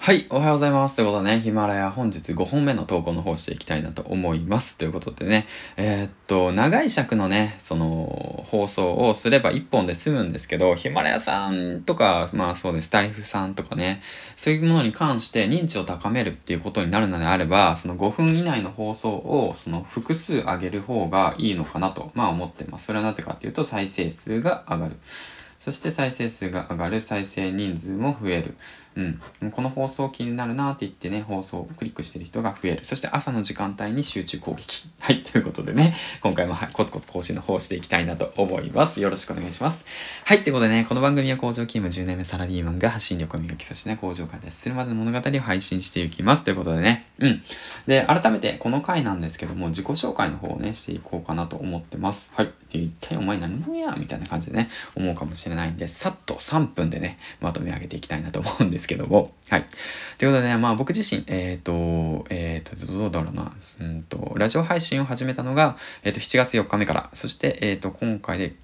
はい、おはようございます。ということでね、ヒマラヤ本日5本目の投稿の方していきたいなと思います。ということでね、長い尺のね、放送をすれば1本で済むんですけど、ヒマラヤさんとか、まあそうです、スタイフさんとかね、そういうものに関して認知を高めるっていうことになるのであれば、その5分以内の放送を、複数上げる方がいいのかなと、思ってます。それはなぜかっていうと、再生数が上がる。そして再生数が上がる、再生人数も増える。この放送気になるなって言ってね、放送をクリックしてる人が増える。そして朝の時間帯に集中攻撃。はい、ということでね、今回もコツコツ更新の方していきたいなと思います。よろしくお願いします。はい、ということでね、この番組は工場勤務10年目サラリーマンが発信力を磨き、そしてね、工場から脱出するまでの物語を配信していきます。ということでね、で、改めてこの回なんですけども、自己紹介の方をね、していこうかなと思ってます。はい。で、一体お前何者やみたいな感じでね、思うかもしれないんで、さっと3分でね、まとめ上げていきたいなと思うんですけども、はい。ということでね、僕自身、どうだろうな、ラジオ配信を始めたのが、7月4日目から、そして、今回で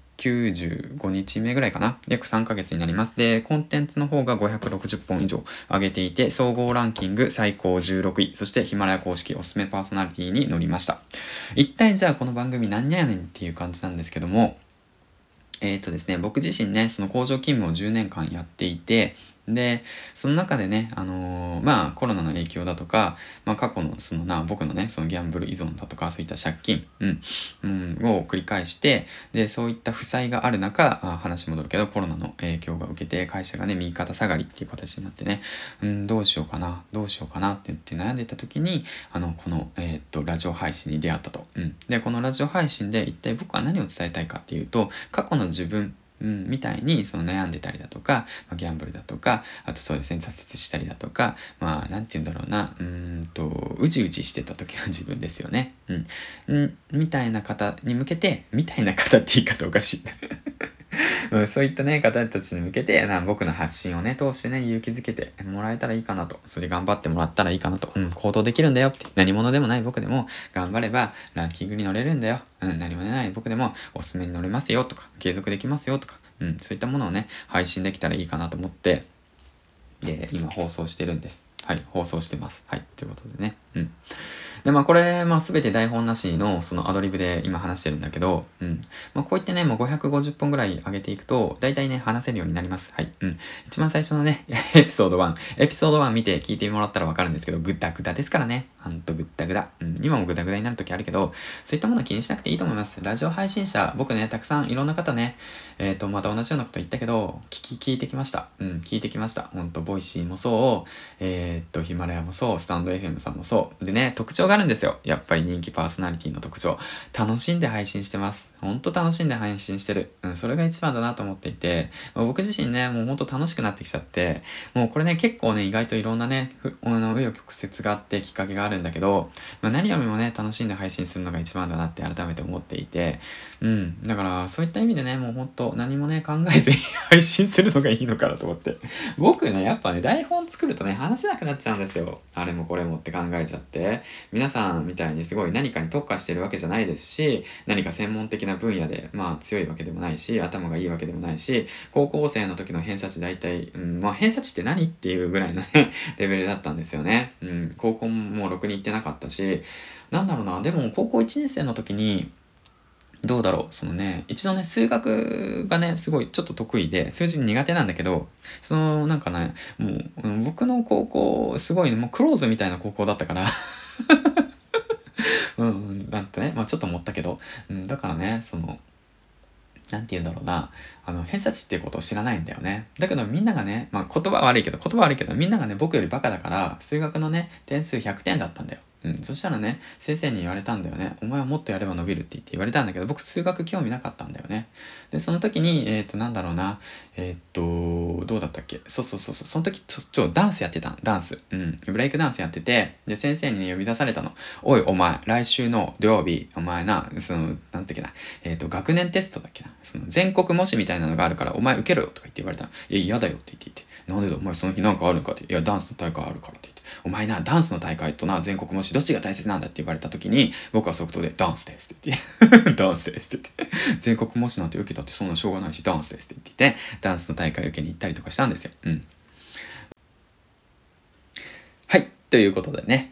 95日目ぐらいかな。約3ヶ月になります。で、コンテンツの方が560本以上上げていて、総合ランキング最高16位、そしてヒマラヤ公式おすすめパーソナリティに乗りました。一体じゃあこの番組何やねんっていう感じなんですけども、ですね、僕自身ね、その工場勤務を10年間やっていて、で、その中でね、コロナの影響だとか、過去の僕のね、そのギャンブル依存だとか、そういった借金、を繰り返して、で、そういった負債がある中、話戻るけど、コロナの影響が受けて、会社がね、右肩下がりっていう形になってね、どうしようかなって言って悩んでいた時に、この、ラジオ配信に出会ったと。で、このラジオ配信で一体僕は何を伝えたいかっていうと、過去の自分、みたいに悩んでたりだとか、ギャンブルだとか、あとそうですね、挫折したりだとか、なんて言うんだろうな、うじうじしてた時の自分ですよね。みたいな方に向けて、みたいな方って言い方おかしい。そういったね、方たちに向けて、僕の発信をね、通してね、勇気づけてもらえたらいいかなと。それ頑張ってもらったらいいかなと。行動できるんだよって。何者でもない僕でも、頑張ればランキングに乗れるんだよ。何もない僕でも、おすすめに乗れますよとか、継続できますよとか、そういったものをね、配信できたらいいかなと思って、で、今放送してるんです。はい、放送してます。はい、ということでね。で、これ、全て台本なしの、そのアドリブで今話してるんだけど、こういってね、もう550本ぐらい上げていくと、大体ね、話せるようになります。はい。一番最初のね、エピソード1。エピソード1見て聞いてもらったらわかるんですけど、グダグダですからね。ほんとグダグダ。今もグダグダになるときあるけど、そういったものは気にしなくていいと思います。ラジオ配信者、僕ね、たくさんいろんな方ね、また同じようなこと言ったけど、聞いてきました。聞いてきました。ほんと、ボイシーもそう、ヒマラヤもそう、スタンド FM さんもそう。でね、特徴があるんですよ。やっぱり人気パーソナリティの特徴。楽しんで配信してます。ほんと楽しんで配信してる。それが一番だなと思っていて、僕自身ね、もうほんと楽しくなってきちゃって、もうこれね、結構ね、意外といろんなね、紆余曲折があってきっかけがあるんだけど、何よりもね、楽しんで配信するのが一番だなって改めて思っていて、だからそういった意味でね、もうほんと何もね、考えずに配信するのがいいのかなと思って。僕ね、やっぱね、台本作るとね、話せなくなっちゃうんですよ。あれもこれもって考えちゃって。皆さんみたいにすごい何かに特化してるわけじゃないですし、何か専門的な分野で、強いわけでもないし、頭がいいわけでもないし、高校生の時の偏差値大体、偏差値って何っていうぐらいのね、レベルだったんですよね。高校もろくに行ってなかったし、なんだろうな、でも高校1年生の時に、どうだろうそのね、一度ね、数学がね、すごいちょっと得意で、数字苦手なんだけど、なんかね、もう、僕の高校、すごいね、もうクローズみたいな高校だったからなんてね、ちょっと思ったけど、だからね、なんて言うんだろうな、偏差値っていうことを知らないんだよね。だけどみんながね、言葉悪いけど、みんながね、僕よりバカだから、数学のね、点数100点だったんだよ。そしたらね、先生に言われたんだよね。お前はもっとやれば伸びるって言われたんだけど、僕数学興味なかったんだよね。で、その時に、なんだろうな、どうだったっけその時、ダンスやってたダンス。ブレイクダンスやってて、で、先生にね、呼び出されたの。おい、お前、来週の土曜日、お前な、なんてっけな、学年テストだっけな、全国模試みたいなのがあるから、お前受けろよとか言って言われたの。嫌だよって言っていて。なんでだ、お前その日なんかあるんかって。いや、ダンスの大会あるからって言って。お前な、ダンスの大会とな、全国模試どっちが大切なんだって言われた時に、僕は即答で、ダンスですって言って。ダンスですって言って。全国模試なんて受けたってそんなしょうがないし、ダンスですって言って、ダンスの大会受けに行ったりとかしたんですよ。 ということでね。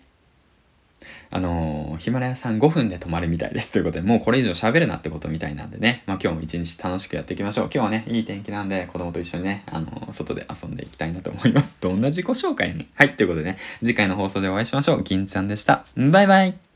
ヒマラヤさん5分で止まるみたいです。ということで、もうこれ以上喋るなってことみたいなんでね。まあ今日も一日楽しくやっていきましょう。今日はね、いい天気なんで、子供と一緒にね、外で遊んでいきたいなと思います。どんな自己紹介に。はい、ということでね、次回の放送でお会いしましょう。銀ちゃんでした。バイバイ。